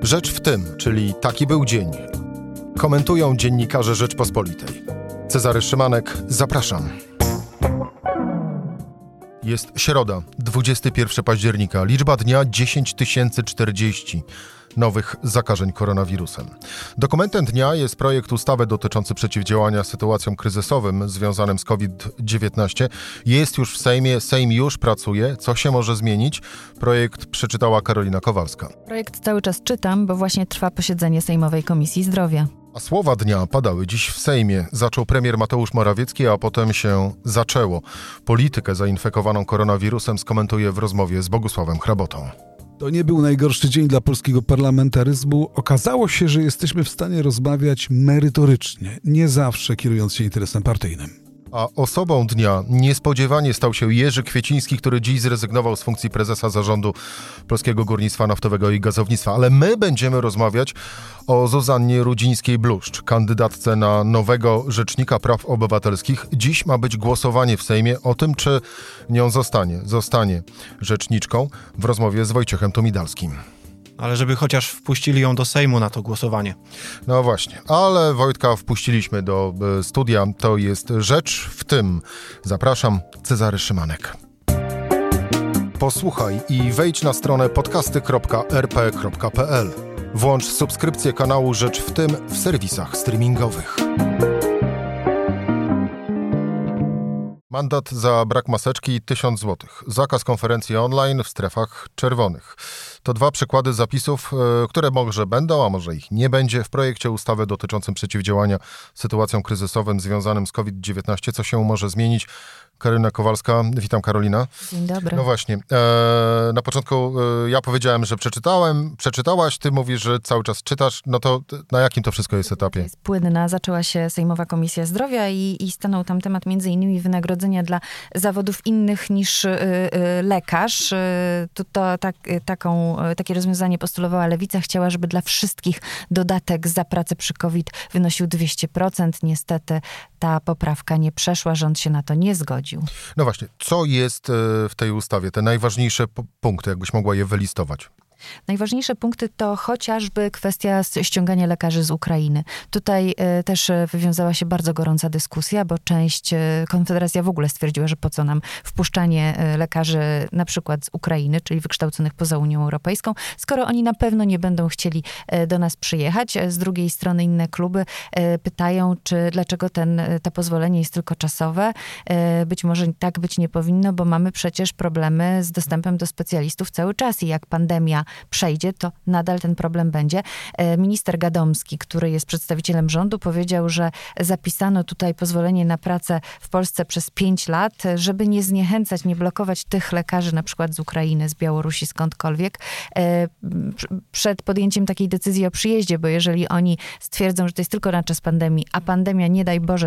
Rzecz w tym, czyli taki był dzień. Komentują dziennikarze Rzeczpospolitej. Cezary Szymanek, zapraszam. Jest środa, 21 października, liczba dnia 10 040 nowych zakażeń koronawirusem. Dokumentem dnia jest projekt ustawy dotyczący przeciwdziałania sytuacjom kryzysowym związanym z COVID-19. Jest już w Sejmie, Sejm już pracuje. Co się może zmienić? Projekt przeczytała Karolina Kowalska. Projekt cały czas czytam, bo właśnie trwa posiedzenie Sejmowej Komisji Zdrowia. A słowa dnia padały dziś w Sejmie. Zaczął premier Mateusz Morawiecki, a potem się zaczęło. Politykę zainfekowaną koronawirusem skomentuje w rozmowie z Bogusławem Hrabotą. To nie był najgorszy dzień dla polskiego parlamentaryzmu. Okazało się, że jesteśmy w stanie rozmawiać merytorycznie, nie zawsze kierując się interesem partyjnym. A osobą dnia niespodziewanie stał się Jerzy Kwieciński, który dziś zrezygnował z funkcji prezesa zarządu Polskiego Górnictwa Naftowego i Gazownictwa. Ale my będziemy rozmawiać o Zuzannie Rudzińskiej-Bluszcz, kandydatce na nowego Rzecznika Praw Obywatelskich. Dziś ma być głosowanie w Sejmie o tym, czy nią zostanie rzeczniczką, w rozmowie z Wojciechem Tumidalskim. Ale żeby chociaż wpuścili ją do Sejmu na to głosowanie. No właśnie, ale Wojtka wpuściliśmy do studia. To jest Rzecz w tym. Zapraszam, Cezary Szymanek. Posłuchaj i wejdź na stronę podcasty.rp.pl. Włącz subskrypcję kanału Rzecz w tym w serwisach streamingowych. Mandat za brak maseczki 1000 zł. Zakaz konferencji online w strefach czerwonych. To dwa przykłady zapisów, które może będą, a może ich nie będzie w projekcie ustawy dotyczącym przeciwdziałania sytuacjom kryzysowym związanym z COVID-19. Co się może zmienić? Karolina Kowalska. Witam, Karolina. Dzień dobry. No właśnie. Na początku ja powiedziałem, że przeczytałaś, ty mówisz, że cały czas czytasz. No to na jakim to wszystko jest etapie? Jest płynna. Zaczęła się Sejmowa Komisja Zdrowia i stanął tam temat m.in. wynagrodzenia dla zawodów innych niż lekarz. Takie rozwiązanie postulowała Lewica. Chciała, żeby dla wszystkich dodatek za pracę przy COVID wynosił 200%. Niestety ta poprawka nie przeszła. Rząd się na to nie zgodził. No właśnie, co jest w tej ustawie? Te najważniejsze punkty, jakbyś mogła je wylistować? Najważniejsze punkty to chociażby kwestia ściągania lekarzy z Ukrainy. Tutaj też wywiązała się bardzo gorąca dyskusja, bo Konfederacja w ogóle stwierdziła, że po co nam wpuszczanie lekarzy na przykład z Ukrainy, czyli wykształconych poza Unią Europejską, skoro oni na pewno nie będą chcieli do nas przyjechać. Z drugiej strony inne kluby pytają, dlaczego to pozwolenie jest tylko czasowe. Być może tak być nie powinno, bo mamy przecież problemy z dostępem do specjalistów cały czas i jak pandemia przejdzie, to nadal ten problem będzie. Minister Gadomski, który jest przedstawicielem rządu, powiedział, że zapisano tutaj pozwolenie na pracę w Polsce przez 5 lat, żeby nie zniechęcać, nie blokować tych lekarzy, na przykład z Ukrainy, z Białorusi, skądkolwiek, przed podjęciem takiej decyzji o przyjeździe, bo jeżeli oni stwierdzą, że to jest tylko na czas pandemii, a pandemia, nie daj Boże,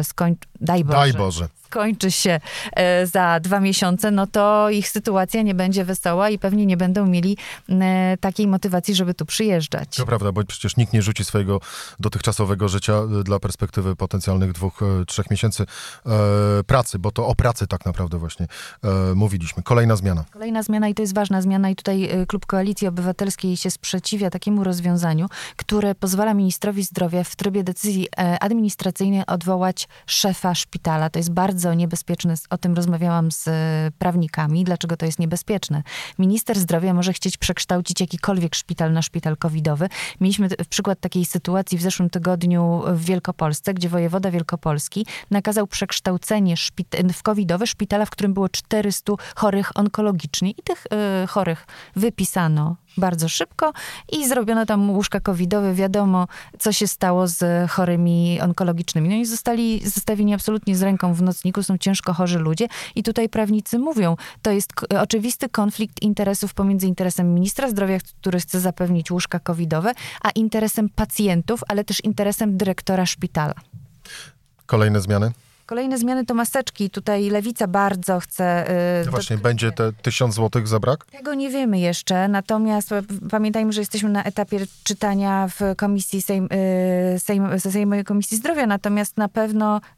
skończy się za 2 miesiące, no to ich sytuacja nie będzie wesoła i pewnie nie będą mieli takiej motywacji, żeby tu przyjeżdżać. To prawda, bo przecież nikt nie rzuci swojego dotychczasowego życia dla perspektywy potencjalnych 2-3 miesięcy pracy, bo to o pracy tak naprawdę właśnie mówiliśmy. Kolejna zmiana i to jest ważna zmiana i tutaj Klub Koalicji Obywatelskiej się sprzeciwia takiemu rozwiązaniu, które pozwala ministrowi zdrowia w trybie decyzji administracyjnej odwołać szefa szpitala. To jest bardzo niebezpieczne. O tym rozmawiałam z prawnikami. Dlaczego to jest niebezpieczne? Minister zdrowia może chcieć przekształcić jakikolwiek szpital na szpital covidowy. Mieliśmy przykład takiej sytuacji w zeszłym tygodniu w Wielkopolsce, gdzie wojewoda Wielkopolski nakazał przekształcenie w covidowe szpitala, w którym było 400 chorych onkologicznie i tych chorych wypisano bardzo szybko i zrobiono tam łóżka covidowe. Wiadomo, co się stało z chorymi onkologicznymi. No i zostali zostawieni absolutnie z ręką w nocniku. Są ciężko chorzy ludzie i tutaj prawnicy mówią, to jest oczywisty konflikt interesów pomiędzy interesem ministra zdrowia, który chce zapewnić łóżka covidowe, a interesem pacjentów, ale też interesem dyrektora szpitala. Kolejne zmiany to maseczki. Tutaj Lewica bardzo chce... No właśnie, będzie te 1000 zł za brak? Tego nie wiemy jeszcze, natomiast pamiętajmy, że jesteśmy na etapie czytania w Komisji Sejmowej Komisji Zdrowia, natomiast na pewno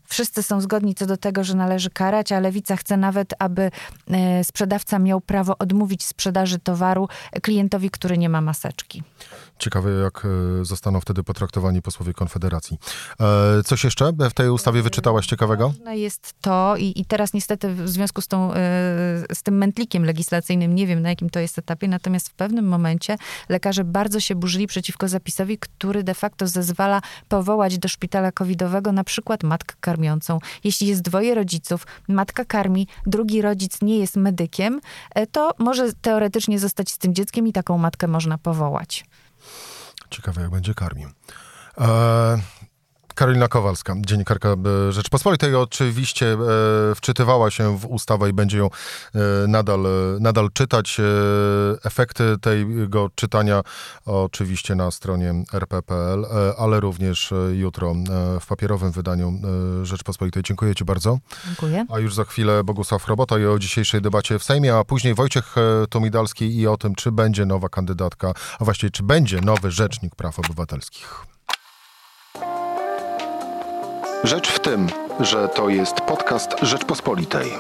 Wszyscy są zgodni co do tego, że należy karać, a Lewica chce nawet, aby sprzedawca miał prawo odmówić sprzedaży towaru klientowi, który nie ma maseczki. Ciekawe, jak zostaną wtedy potraktowani posłowie Konfederacji. Coś jeszcze w tej ustawie wyczytałaś ciekawego? Ważne jest to i teraz niestety w związku z tym mętlikiem legislacyjnym, nie wiem na jakim to jest etapie, natomiast w pewnym momencie lekarze bardzo się burzyli przeciwko zapisowi, który de facto zezwala powołać do szpitala covidowego na przykład matkę karmiącą. Jeśli jest 2 rodziców, matka karmi, drugi rodzic nie jest medykiem, to może teoretycznie zostać z tym dzieckiem i taką matkę można powołać. Ciekawe, jak będzie karmił. Karolina Kowalska, dziennikarka Rzeczpospolitej, oczywiście wczytywała się w ustawę i będzie ją nadal czytać. Efekty tego czytania oczywiście na stronie rp.pl, ale również jutro w papierowym wydaniu Rzeczpospolitej. Dziękuję ci bardzo. Dziękuję. A już za chwilę Bogusław Chrobota i o dzisiejszej debacie w Sejmie, a później Wojciech Tumidalski i o tym, czy będzie nowa kandydatka, a właściwie czy będzie nowy Rzecznik Praw Obywatelskich. Rzecz w tym, że to jest podcast Rzeczpospolitej.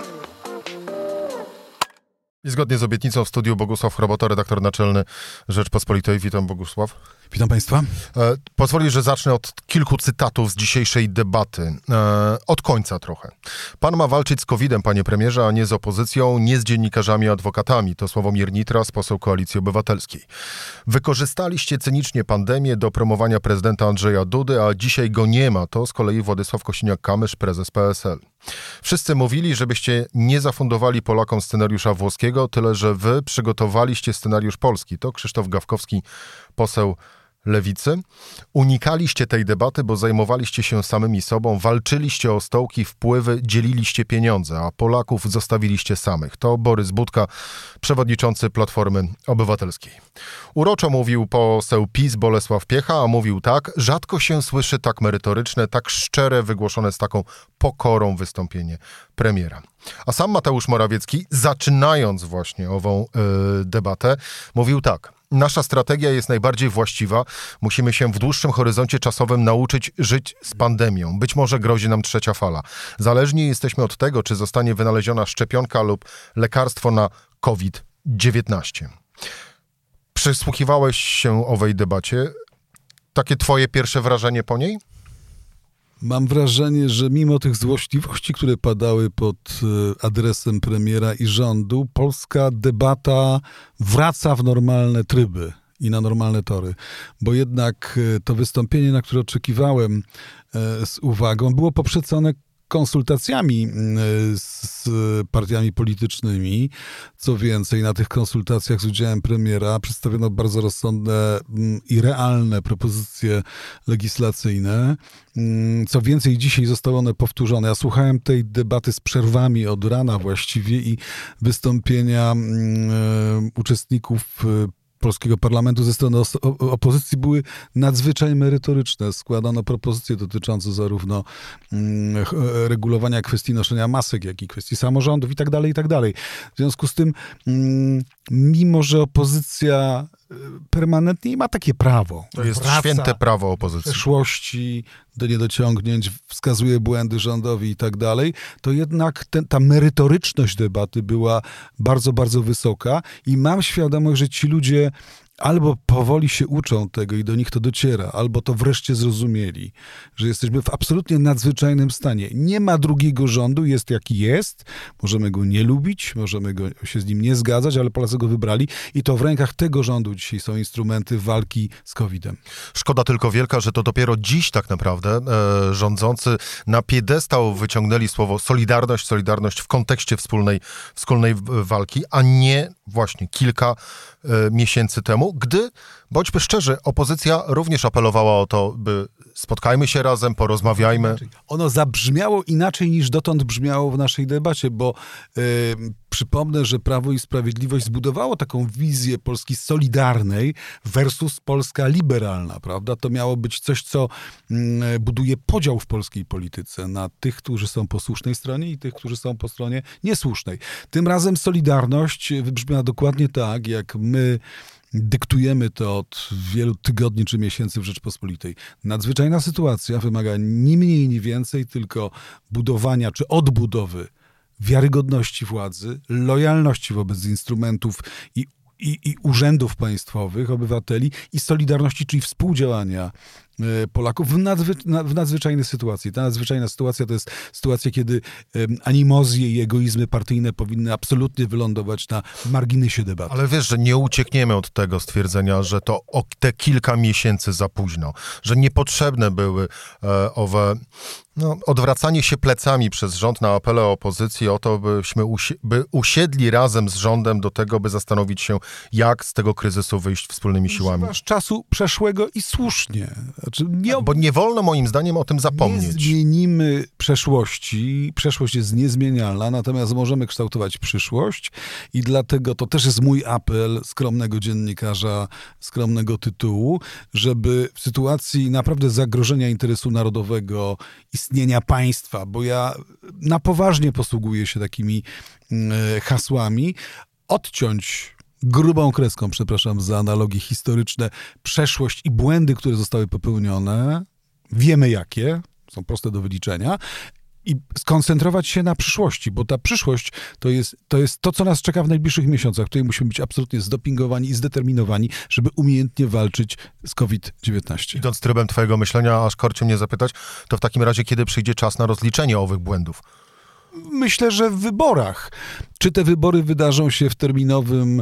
I zgodnie z obietnicą w studiu Bogusław Chrobota, redaktor naczelny Rzeczpospolitej. Witam, Bogusław. Witam Państwa. Pozwolisz, że zacznę od kilku cytatów z dzisiejszej debaty. Od końca trochę. Pan ma walczyć z COVID-em, panie premierze, a nie z opozycją, nie z dziennikarzami, adwokatami. To Sławomir Nitras, poseł Koalicji Obywatelskiej. Wykorzystaliście cynicznie pandemię do promowania prezydenta Andrzeja Dudy, a dzisiaj go nie ma. To z kolei Władysław Kosiniak-Kamysz, prezes PSL. Wszyscy mówili, żebyście nie zafundowali Polakom scenariusza włoskiego, tyle że wy przygotowaliście scenariusz polski. To Krzysztof Gawkowski, poseł Lewicy. Unikaliście tej debaty, bo zajmowaliście się samymi sobą, walczyliście o stołki, wpływy, dzieliliście pieniądze, a Polaków zostawiliście samych. To Borys Budka, przewodniczący Platformy Obywatelskiej. Uroczo mówił poseł PiS Bolesław Piecha, a mówił tak: rzadko się słyszy tak merytoryczne, tak szczere, wygłoszone z taką pokorą wystąpienie premiera. A sam Mateusz Morawiecki, zaczynając właśnie ową debatę, mówił tak: nasza strategia jest najbardziej właściwa. Musimy się w dłuższym horyzoncie czasowym nauczyć żyć z pandemią. Być może grozi nam 3. fala. Zależni jesteśmy od tego, czy zostanie wynaleziona szczepionka lub lekarstwo na COVID-19. Przysłuchiwałeś się owej debacie. Takie twoje pierwsze wrażenie po niej? Mam wrażenie, że mimo tych złośliwości, które padały pod adresem premiera i rządu, polska debata wraca w normalne tryby i na normalne tory. Bo jednak to wystąpienie, na które oczekiwałem z uwagą, było poprzedzone konsultacjami z partiami politycznymi. Co więcej, na tych konsultacjach z udziałem premiera przedstawiono bardzo rozsądne i realne propozycje legislacyjne. Co więcej, dzisiaj zostały one powtórzone. Ja słuchałem tej debaty z przerwami od rana właściwie i wystąpienia uczestników polskiego parlamentu ze strony opozycji były nadzwyczaj merytoryczne. Składano propozycje dotyczące zarówno regulowania kwestii noszenia masek, jak i kwestii samorządów i tak dalej, i tak dalej. W związku z tym, mimo że opozycja permanentnie ma takie prawo. To jest święte prawo opozycji. W przeszłości do niedociągnięć, wskazuje błędy rządowi i tak dalej, to jednak ta merytoryczność debaty była bardzo, bardzo wysoka i mam świadomość, że ci ludzie albo powoli się uczą tego i do nich to dociera, albo to wreszcie zrozumieli, że jesteśmy w absolutnie nadzwyczajnym stanie. Nie ma drugiego rządu, jest jaki jest, możemy go nie lubić, możemy się z nim nie zgadzać, ale Polacy go wybrali i to w rękach tego rządu dzisiaj są instrumenty walki z COVID-em. Szkoda tylko wielka, że to dopiero dziś tak naprawdę rządzący na piedestał wyciągnęli słowo solidarność w kontekście wspólnej walki, a nie właśnie kilka miesięcy temu, gdy, bądźmy szczerzy, opozycja również apelowała o to, by spotkajmy się razem, porozmawiajmy. Ono zabrzmiało inaczej niż dotąd brzmiało w naszej debacie, bo przypomnę, że Prawo i Sprawiedliwość zbudowało taką wizję Polski solidarnej versus Polska liberalna, prawda? To miało być coś, co buduje podział w polskiej polityce na tych, którzy są po słusznej stronie i tych, którzy są po stronie niesłusznej. Tym razem Solidarność wybrzmiała dokładnie tak, jak my dyktujemy to od wielu tygodni czy miesięcy w Rzeczpospolitej. Nadzwyczajna sytuacja wymaga ni mniej, ni więcej, tylko budowania czy odbudowy wiarygodności władzy, lojalności wobec instrumentów i urzędów państwowych, obywateli i solidarności, czyli współdziałania Polaków w nadzwyczajnej sytuacji. Ta nadzwyczajna sytuacja to jest sytuacja, kiedy animozje i egoizmy partyjne powinny absolutnie wylądować na marginesie debaty. Ale wiesz, że nie uciekniemy od tego stwierdzenia, że to o te kilka miesięcy za późno, że niepotrzebne były owe odwracanie się plecami przez rząd na apele opozycji o to, byśmy usiedli razem z rządem do tego, by zastanowić się, jak z tego kryzysu wyjść wspólnymi siłami. Używasz czasu przeszłego i słusznie. Znaczy, bo nie wolno moim zdaniem o tym zapomnieć. Nie zmienimy przeszłości. Przeszłość jest niezmienialna, natomiast możemy kształtować przyszłość i dlatego to też jest mój apel skromnego dziennikarza, skromnego tytułu, żeby w sytuacji naprawdę zagrożenia interesu narodowego, istnienia państwa, bo ja na poważnie posługuję się takimi hasłami, odciąć grubą kreską, przepraszam za analogie historyczne, przeszłość i błędy, które zostały popełnione, wiemy jakie, są proste do wyliczenia, i skoncentrować się na przyszłości, bo ta przyszłość to jest to, co nas czeka w najbliższych miesiącach. Tutaj musimy być absolutnie zdopingowani i zdeterminowani, żeby umiejętnie walczyć z COVID-19. Idąc trybem twojego myślenia, aż korci mnie zapytać, to w takim razie kiedy przyjdzie czas na rozliczenie owych błędów? Myślę, że w wyborach. Czy te wybory wydarzą się w terminowym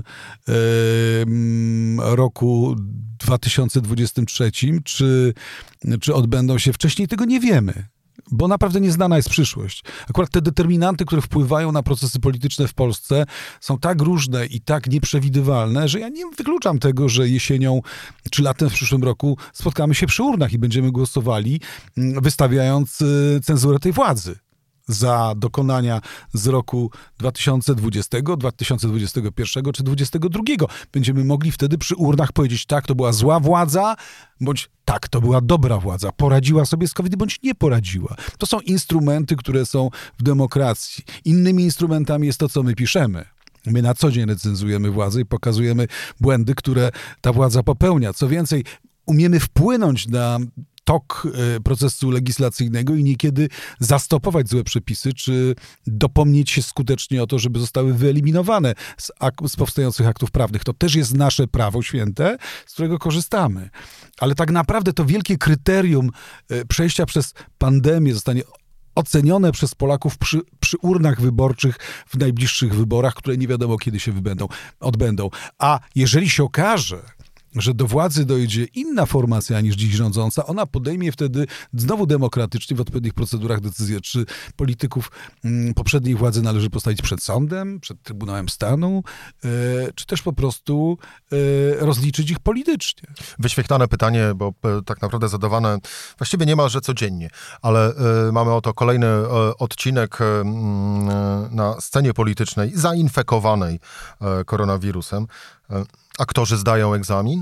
roku 2023, czy odbędą się wcześniej, tego nie wiemy. Bo naprawdę nieznana jest przyszłość. Akurat te determinanty, które wpływają na procesy polityczne w Polsce, są tak różne i tak nieprzewidywalne, że ja nie wykluczam tego, że jesienią czy latem w przyszłym roku spotkamy się przy urnach i będziemy głosowali, wystawiając cenzurę tej władzy za dokonania z roku 2020, 2021 czy 2022. Będziemy mogli wtedy przy urnach powiedzieć, tak, to była zła władza, bądź tak, to była dobra władza. Poradziła sobie z COVID, bądź nie poradziła. To są instrumenty, które są w demokracji. Innymi instrumentami jest to, co my piszemy. My na co dzień recenzujemy władzę i pokazujemy błędy, które ta władza popełnia. Co więcej, umiemy wpłynąć na tok procesu legislacyjnego i niekiedy zastopować złe przepisy, czy dopomnieć się skutecznie o to, żeby zostały wyeliminowane z powstających aktów prawnych. To też jest nasze prawo święte, z którego korzystamy. Ale tak naprawdę to wielkie kryterium przejścia przez pandemię zostanie ocenione przez Polaków przy urnach wyborczych w najbliższych wyborach, które nie wiadomo kiedy się odbędą. A jeżeli się okaże, że do władzy dojdzie inna formacja niż dziś rządząca, ona podejmie wtedy znowu demokratycznie w odpowiednich procedurach decyzję, czy polityków poprzedniej władzy należy postawić przed sądem, przed Trybunałem Stanu, czy też po prostu rozliczyć ich politycznie. Wyświechtane pytanie, bo tak naprawdę zadawane właściwie niemalże codziennie, ale mamy oto kolejny odcinek na scenie politycznej zainfekowanej koronawirusem. Aktorzy zdają egzamin?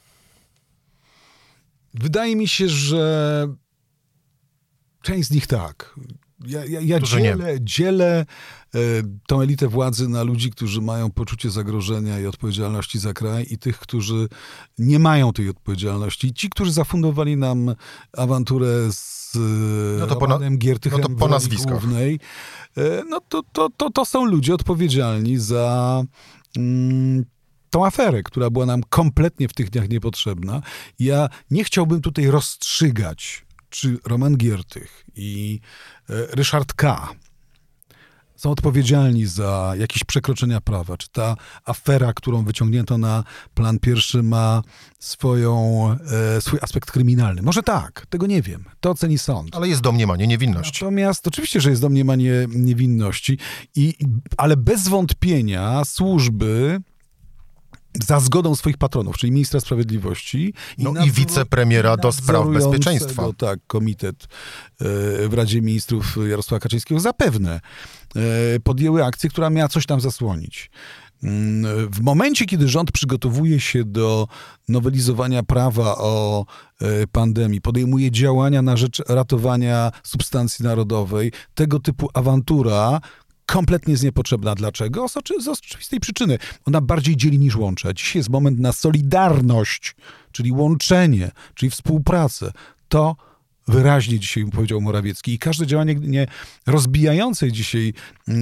Wydaje mi się, że część z nich tak. Ja dzielę tą elitę władzy na ludzi, którzy mają poczucie zagrożenia i odpowiedzialności za kraj i tych, którzy nie mają tej odpowiedzialności. Ci, którzy zafundowali nam awanturę z Romanem Giertychem po nazwiskach głównej, to są ludzie odpowiedzialni za tą aferę, która była nam kompletnie w tych dniach niepotrzebna. Ja nie chciałbym tutaj rozstrzygać, czy Roman Giertych i Ryszard K. są odpowiedzialni za jakieś przekroczenia prawa, czy ta afera, którą wyciągnięto na plan pierwszy, ma swój aspekt kryminalny. Może tak, tego nie wiem. To oceni sąd. Ale jest domniemanie niewinności. Natomiast oczywiście, że jest domniemanie niewinności, ale bez wątpienia służby za zgodą swoich patronów, czyli ministra sprawiedliwości i wicepremiera do spraw bezpieczeństwa. Tak, komitet w Radzie Ministrów Jarosława Kaczyńskiego zapewne podjęły akcję, która miała coś tam zasłonić. W momencie, kiedy rząd przygotowuje się do nowelizowania prawa o pandemii, podejmuje działania na rzecz ratowania substancji narodowej, tego typu awantura kompletnie jest niepotrzebna. Dlaczego? Z oczywistej przyczyny. Ona bardziej dzieli niż łączy. Dzisiaj jest moment na solidarność, czyli łączenie, czyli współpracę. To wyraźnie dzisiaj powiedział Morawiecki. I każde działanie nie rozbijające dzisiaj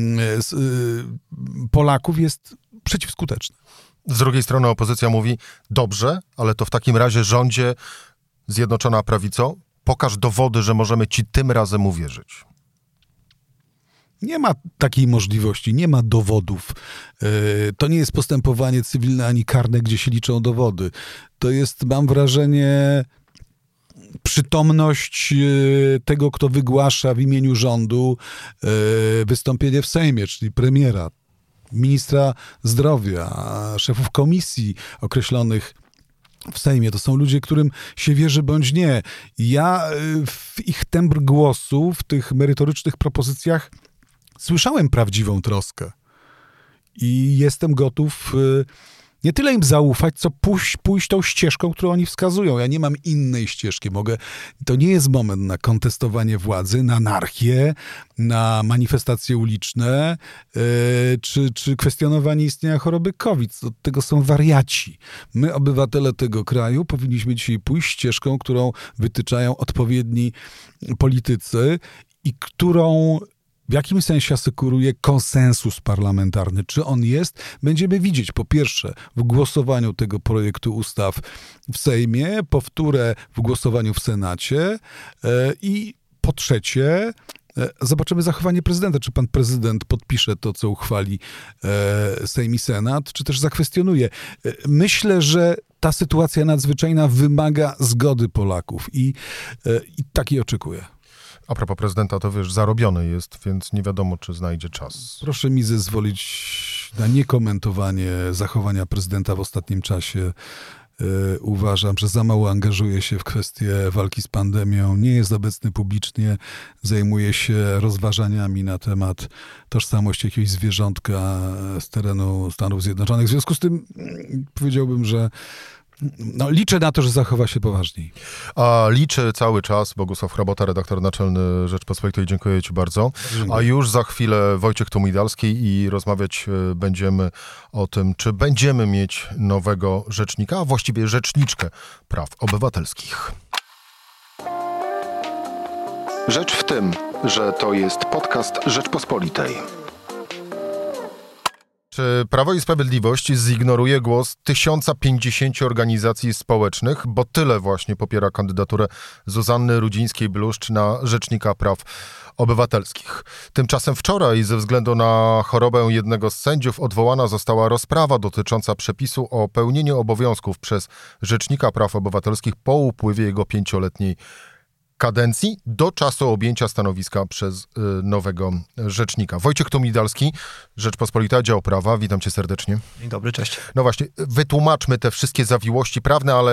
Polaków jest przeciwskuteczne. Z drugiej strony opozycja mówi, dobrze, ale to w takim razie rządzie Zjednoczona Prawico, pokaż dowody, że możemy ci tym razem uwierzyć. Nie ma takiej możliwości, nie ma dowodów. To nie jest postępowanie cywilne ani karne, gdzie się liczą dowody. To jest, mam wrażenie, przytomność tego, kto wygłasza w imieniu rządu wystąpienie w Sejmie, czyli premiera, ministra zdrowia, szefów komisji określonych w Sejmie. To są ludzie, którym się wierzy bądź nie. Ja w ich tembr głosu, w tych merytorycznych propozycjach słyszałem prawdziwą troskę. I jestem gotów nie tyle im zaufać, co pójść tą ścieżką, którą oni wskazują. Ja nie mam innej ścieżki. To nie jest moment na kontestowanie władzy, na anarchię, na manifestacje uliczne, czy kwestionowanie istnienia choroby COVID. Od tego są wariaci. My, obywatele tego kraju, powinniśmy dzisiaj pójść ścieżką, którą wytyczają odpowiedni politycy i którą w jakim sensie asekuruje konsensus parlamentarny. Czy on jest? Będziemy widzieć po pierwsze w głosowaniu tego projektu ustaw w Sejmie, po wtóre w głosowaniu w Senacie i po trzecie zobaczymy zachowanie prezydenta. Czy pan prezydent podpisze to, co uchwali Sejm i Senat, czy też zakwestionuje. Myślę, że ta sytuacja nadzwyczajna wymaga zgody Polaków i takiej oczekuję. A propos prezydenta, to wiesz, zarobiony jest, więc nie wiadomo, czy znajdzie czas. Proszę mi zezwolić na niekomentowanie zachowania prezydenta w ostatnim czasie. Uważam, że za mało angażuje się w kwestie walki z pandemią, nie jest obecny publicznie, zajmuje się rozważaniami na temat tożsamości jakiegoś zwierzątka z terenu Stanów Zjednoczonych. W związku z tym powiedziałbym, że liczę na to, że zachowa się poważniej. A liczę cały czas. Bogusław Hrabota, redaktor naczelny Rzeczpospolitej. Dziękuję ci bardzo. Dziękuję. A już za chwilę Wojciech Tumidalski i rozmawiać będziemy o tym, czy będziemy mieć nowego rzecznika, a właściwie rzeczniczkę praw obywatelskich. Rzecz w tym, że to jest podcast Rzeczpospolitej. Czy Prawo i Sprawiedliwość zignoruje głos 1050 organizacji społecznych, bo tyle właśnie popiera kandydaturę Zuzanny Rudzińskiej-Bluszcz na Rzecznika Praw Obywatelskich. Tymczasem wczoraj ze względu na chorobę jednego z sędziów odwołana została rozprawa dotycząca przepisu o pełnieniu obowiązków przez Rzecznika Praw Obywatelskich po upływie jego 5-letniej kadencji do czasu objęcia stanowiska przez nowego rzecznika. Wojciech Tumidalski, Rzeczpospolita, Dział Prawa. Witam cię serdecznie. Dzień dobry, cześć. No właśnie, wytłumaczmy te wszystkie zawiłości prawne, ale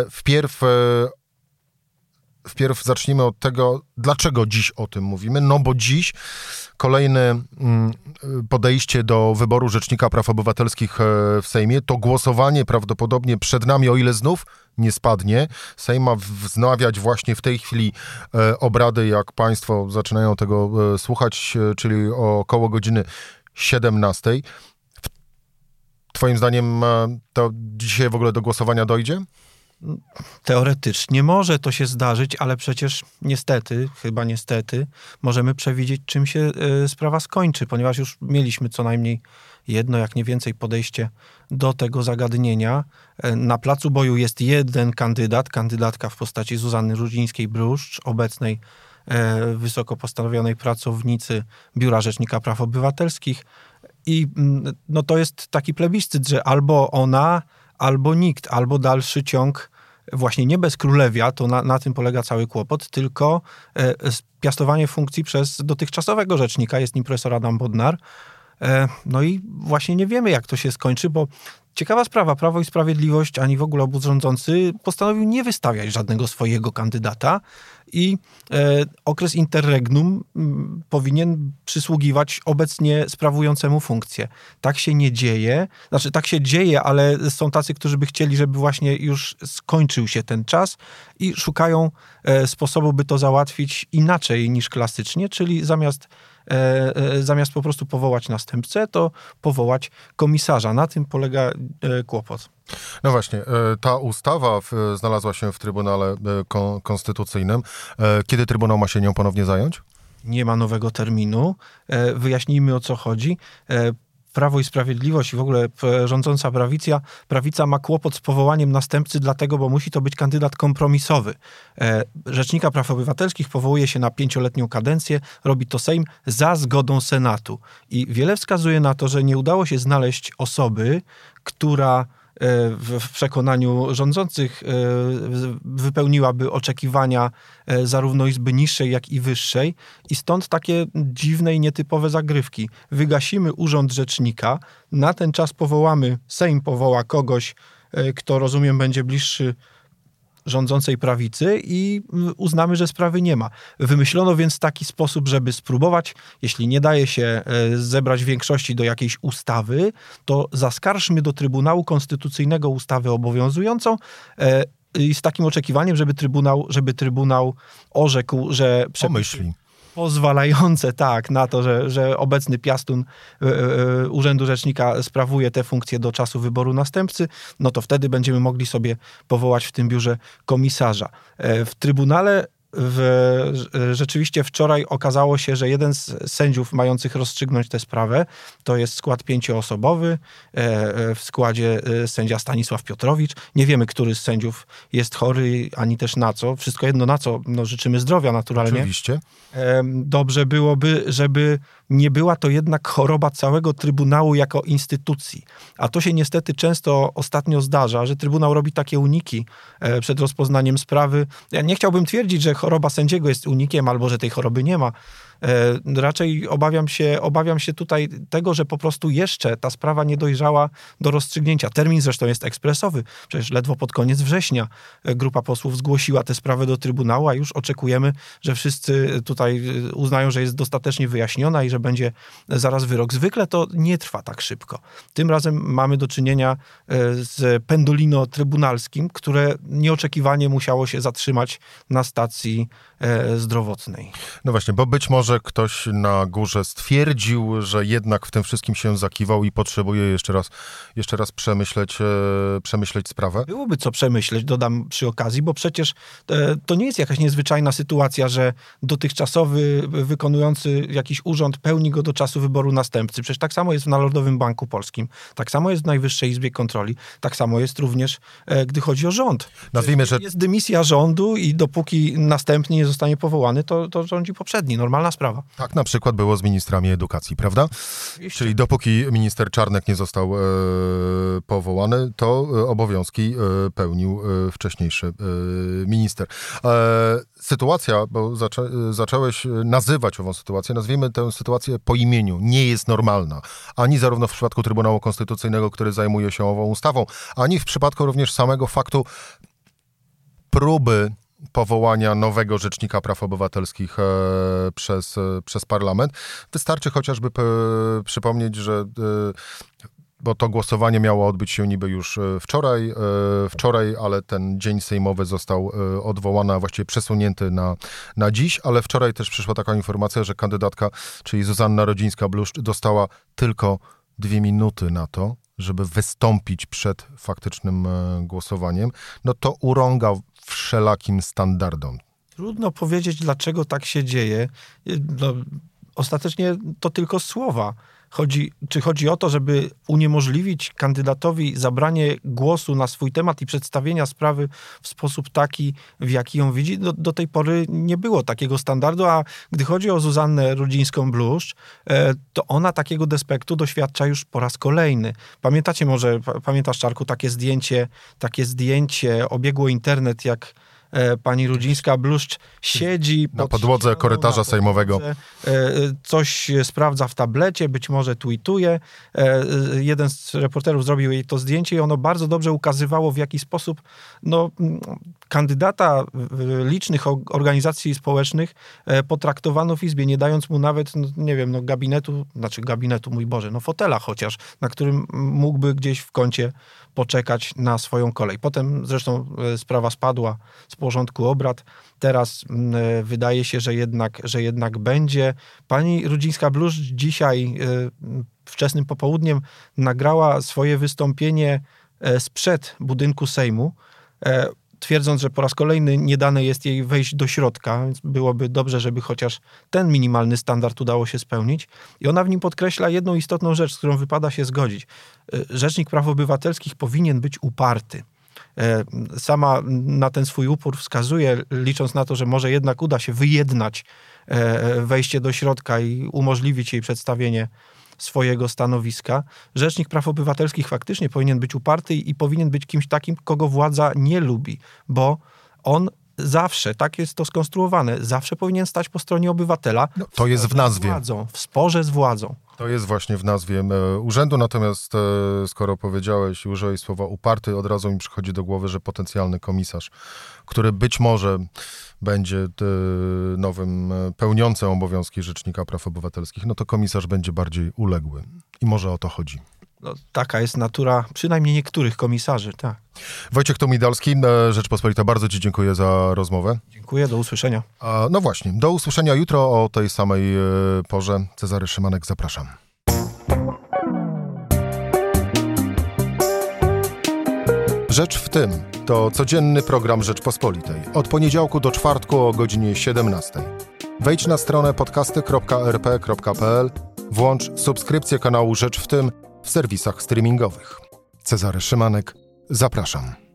wpierw zacznijmy od tego, dlaczego dziś o tym mówimy. No bo dziś kolejne podejście do wyboru Rzecznika Praw Obywatelskich w Sejmie, to głosowanie prawdopodobnie przed nami, o ile znów nie spadnie. Sejm ma wznawiać właśnie w tej chwili obrady, jak państwo zaczynają tego słuchać, czyli około godziny 17. Twoim zdaniem to dzisiaj w ogóle do głosowania dojdzie? Teoretycznie może to się zdarzyć, ale przecież niestety, chyba niestety, możemy przewidzieć, czym się sprawa skończy, ponieważ już mieliśmy co najmniej jedno, jak nie więcej podejście do tego zagadnienia. Na placu boju jest jeden kandydatka w postaci Zuzanny Rudzińskiej-Bluszcz, obecnej wysoko postawionej pracownicy Biura Rzecznika Praw Obywatelskich. I no, to jest taki plebiscyt, że albo ona, albo nikt, albo dalszy ciąg, właśnie nie bez królewia, to na tym polega cały kłopot, tylko piastowanie funkcji przez dotychczasowego rzecznika, jest nim profesor Adam Bodnar. No i właśnie nie wiemy, jak to się skończy, bo ciekawa sprawa, Prawo i Sprawiedliwość, ani w ogóle obóz rządzący postanowił nie wystawiać żadnego swojego kandydata i okres interregnum powinien przysługiwać obecnie sprawującemu funkcję. Tak się nie dzieje, znaczy tak się dzieje, ale są tacy, którzy by chcieli, żeby właśnie już skończył się ten czas i szukają sposobu, by to załatwić inaczej niż klasycznie, czyli zamiast zamiast po prostu powołać następcę, to powołać komisarza. Na tym polega kłopot. No właśnie, ta ustawa znalazła się w Trybunale Konstytucyjnym. Kiedy Trybunał ma się nią ponownie zająć? Nie ma nowego terminu. Wyjaśnijmy, o co chodzi. Prawo i Sprawiedliwość i w ogóle rządząca prawica ma kłopot z powołaniem następcy, dlatego, bo musi to być kandydat kompromisowy. Rzecznika Praw Obywatelskich powołuje się na 5-letnią kadencję, robi to Sejm za zgodą Senatu. I wiele wskazuje na to, że nie udało się znaleźć osoby, która w przekonaniu rządzących wypełniłaby oczekiwania zarówno Izby niższej, jak i wyższej i stąd takie dziwne i nietypowe zagrywki. Wygasimy urząd rzecznika, na ten czas Sejm powoła kogoś, kto rozumiem będzie bliższy rządzącej prawicy i uznamy, że sprawy nie ma. Wymyślono więc taki sposób, żeby spróbować, jeśli nie daje się zebrać większości do jakiejś ustawy, to zaskarżmy do Trybunału Konstytucyjnego ustawę obowiązującą i z takim oczekiwaniem, żeby Trybunał orzekł, że Pomyśli. Pozwalające na to, że obecny piastun Urzędu Rzecznika sprawuje te funkcje do czasu wyboru następcy, no to wtedy będziemy mogli sobie powołać w tym biurze komisarza. W Trybunale rzeczywiście wczoraj okazało się, że jeden z sędziów mających rozstrzygnąć tę sprawę to jest skład 5-osobowy, w składzie sędzia Stanisław Piotrowicz. Nie wiemy, który z sędziów jest chory, ani też na co. Wszystko jedno na co. No, życzymy zdrowia naturalnie. Oczywiście. Dobrze byłoby, żeby nie była to jednak choroba całego Trybunału jako instytucji. A to się niestety często ostatnio zdarza, że Trybunał robi takie uniki przed rozpoznaniem sprawy. Ja nie chciałbym twierdzić, że choroba sędziego jest unikiem albo że tej choroby nie ma. Raczej obawiam się tutaj tego, że po prostu jeszcze ta sprawa nie dojrzała do rozstrzygnięcia. Termin zresztą jest ekspresowy. Przecież ledwo pod koniec września grupa posłów zgłosiła tę sprawę do Trybunału, a już oczekujemy, że wszyscy tutaj uznają, że jest dostatecznie wyjaśniona i że będzie zaraz wyrok. Zwykle to nie trwa tak szybko. Tym razem mamy do czynienia z pendolino trybunalskim, które nieoczekiwanie musiało się zatrzymać na stacji zdrowotnej. No właśnie, bo być może ktoś na górze stwierdził, że jednak w tym wszystkim się zakiwał i potrzebuje jeszcze raz przemyśleć sprawę. Byłoby co przemyśleć, dodam przy okazji, bo przecież to nie jest jakaś niezwyczajna sytuacja, że dotychczasowy wykonujący jakiś urząd pełni go do czasu wyboru następcy. Przecież tak samo jest w Narodowym Banku Polskim, tak samo jest w Najwyższej Izbie Kontroli, tak samo jest również, gdy chodzi o rząd. Nazwijmy, że jest dymisja rządu i dopóki następny nie zostanie powołany, to rządzi poprzedni. Normalna sprawa. tak na przykład było z ministrami edukacji, prawda? Oczywiście. Czyli dopóki minister Czarnek nie został powołany, to obowiązki pełnił wcześniejszy minister. Sytuacja, bo zacząłeś nazywać ową sytuację, nazwijmy tę sytuację po imieniu, nie jest normalna. Ani zarówno w przypadku Trybunału Konstytucyjnego, który zajmuje się ową ustawą, ani w przypadku również samego faktu próby powołania nowego Rzecznika Praw Obywatelskich przez parlament. Wystarczy chociażby przypomnieć, że bo to głosowanie miało odbyć się niby już wczoraj, ale ten dzień sejmowy został odwołany, a właściwie przesunięty na dziś, ale wczoraj też przyszła taka informacja, że kandydatka, czyli Zuzanna Rudzińska-Bluszcz, dostała tylko 2 minuty na to, żeby wystąpić przed faktycznym głosowaniem. No to urąga wszelakim standardom. Trudno powiedzieć, dlaczego tak się dzieje. No, ostatecznie to tylko słowa. Czy chodzi o to, żeby uniemożliwić kandydatowi zabranie głosu na swój temat i przedstawienia sprawy w sposób taki, w jaki ją widzi? Do tej pory nie było takiego standardu, a gdy chodzi o Zuzannę Rudzińską-Bluszcz, to ona takiego despektu doświadcza już po raz kolejny. Pamiętasz, Czarku, takie zdjęcie obiegło internet, jak pani Rudzińska-Bluszcz siedzi na podłodze korytarza sejmowego. Coś sprawdza w tablecie, być może tweetuje. Jeden z reporterów zrobił jej to zdjęcie i ono bardzo dobrze ukazywało, w jaki sposób kandydata licznych organizacji społecznych potraktowano w Izbie, nie dając mu nawet, gabinetu, mój Boże, fotela chociaż, na którym mógłby gdzieś w kącie poczekać na swoją kolej. Potem zresztą sprawa spadła z porządku obrad. Teraz wydaje się, że jednak będzie. Pani Rudzińska-Bluszcz dzisiaj wczesnym popołudniem nagrała swoje wystąpienie sprzed budynku Sejmu, twierdząc, że po raz kolejny nie dane jest jej wejść do środka, więc byłoby dobrze, żeby chociaż ten minimalny standard udało się spełnić. I ona w nim podkreśla jedną istotną rzecz, z którą wypada się zgodzić. Rzecznik Praw Obywatelskich powinien być uparty. Sama na ten swój upór wskazuje, licząc na to, że może jednak uda się wyjednać wejście do środka i umożliwić jej przedstawienie swojego stanowiska. Rzecznik Praw Obywatelskich faktycznie powinien być uparty i powinien być kimś takim, kogo władza nie lubi, bo on zawsze, tak jest to skonstruowane, zawsze powinien stać po stronie obywatela. No, to jest w nazwie. W sporze z władzą. To jest właśnie w nazwie urzędu, natomiast skoro powiedziałeś, użyłeś słowa uparty, od razu mi przychodzi do głowy, że potencjalny komisarz, który być może będzie nowym pełniącym obowiązki Rzecznika Praw Obywatelskich, no to komisarz będzie bardziej uległy. I może o to chodzi. No, taka jest natura przynajmniej niektórych komisarzy, tak. Wojciech Tomidalski, Rzeczpospolita, bardzo Ci dziękuję za rozmowę. Dziękuję, do usłyszenia. No właśnie, do usłyszenia jutro o tej samej porze. Cezary Szymanek, zapraszam. Rzecz w tym to codzienny program Rzeczpospolitej. Od poniedziałku do czwartku o godzinie 17. Wejdź na stronę podcasty.rp.pl, włącz subskrypcję kanału Rzecz w tym w serwisach streamingowych. Cezary Szymanek, zapraszam.